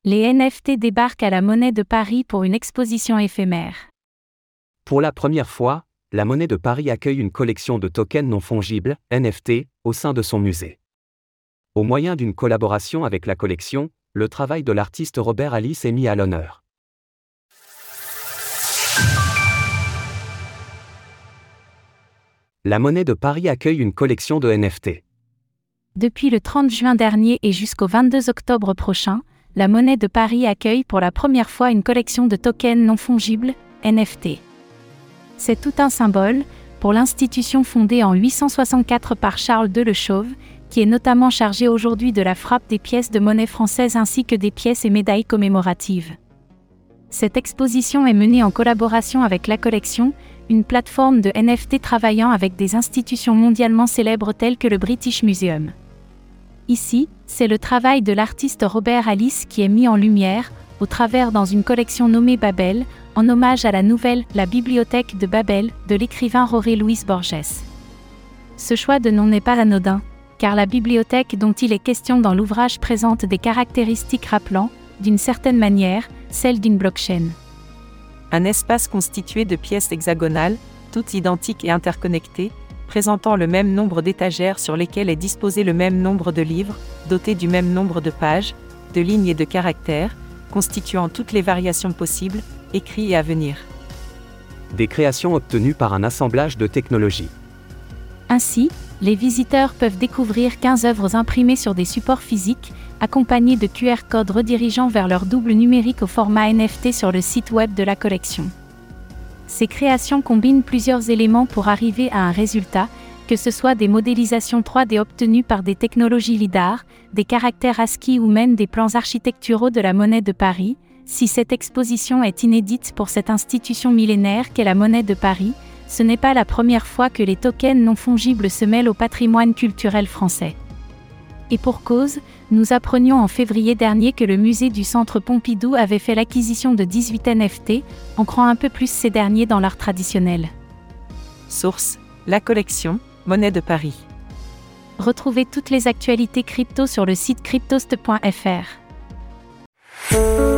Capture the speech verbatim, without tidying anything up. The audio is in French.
Les N F T débarquent à la Monnaie de Paris pour une exposition éphémère. Pour la première fois, la Monnaie de Paris accueille une collection de tokens non fongibles, N F T, au sein de son musée. Au moyen d'une collaboration avec la collection, le travail de l'artiste Robert Alice est mis à l'honneur. La Monnaie de Paris accueille une collection de N F T. Depuis le trente juin dernier et jusqu'au vingt-deux octobre prochain, la Monnaie de Paris accueille pour la première fois une collection de tokens non fongibles, N F T. C'est tout un symbole, pour l'institution fondée en huit cent soixante-quatre par Charles de Le Chauve, qui est notamment chargé aujourd'hui de la frappe des pièces de monnaie française ainsi que des pièces et médailles commémoratives. Cette exposition est menée en collaboration avec La Collection, une plateforme de N F T travaillant avec des institutions mondialement célèbres telles que le British Museum. Ici, c'est le travail de l'artiste Robert Alice qui est mis en lumière, au travers dans une collection nommée Babel, en hommage à la nouvelle « La bibliothèque de Babel » de l'écrivain Jorge Luis Borges. Ce choix de nom n'est pas anodin, car la bibliothèque dont il est question dans l'ouvrage présente des caractéristiques rappelant, d'une certaine manière, celles d'une blockchain. Un espace constitué de pièces hexagonales, toutes identiques et interconnectées, présentant le même nombre d'étagères sur lesquelles est disposé le même nombre de livres, dotés du même nombre de pages, de lignes et de caractères, constituant toutes les variations possibles, écrits et à venir. Des créations obtenues par un assemblage de technologies. Ainsi, les visiteurs peuvent découvrir quinze œuvres imprimées sur des supports physiques, accompagnées de Q R codes redirigeant vers leur double numérique au format N F T sur le site web de la collection. Ces créations combinent plusieurs éléments pour arriver à un résultat, que ce soit des modélisations trois D obtenues par des technologies lidar, des caractères ASCII ou même des plans architecturaux de la Monnaie de Paris. Si cette exposition est inédite pour cette institution millénaire qu'est la Monnaie de Paris, ce n'est pas la première fois que les tokens non fongibles se mêlent au patrimoine culturel français. Et pour cause, nous apprenions en février dernier que le musée du Centre Pompidou avait fait l'acquisition de dix-huit N F T, ancrant un peu plus ces derniers dans l'art traditionnel. Source : La Collection, Monnaie de Paris. Retrouvez toutes les actualités crypto sur le site cryptost point f r.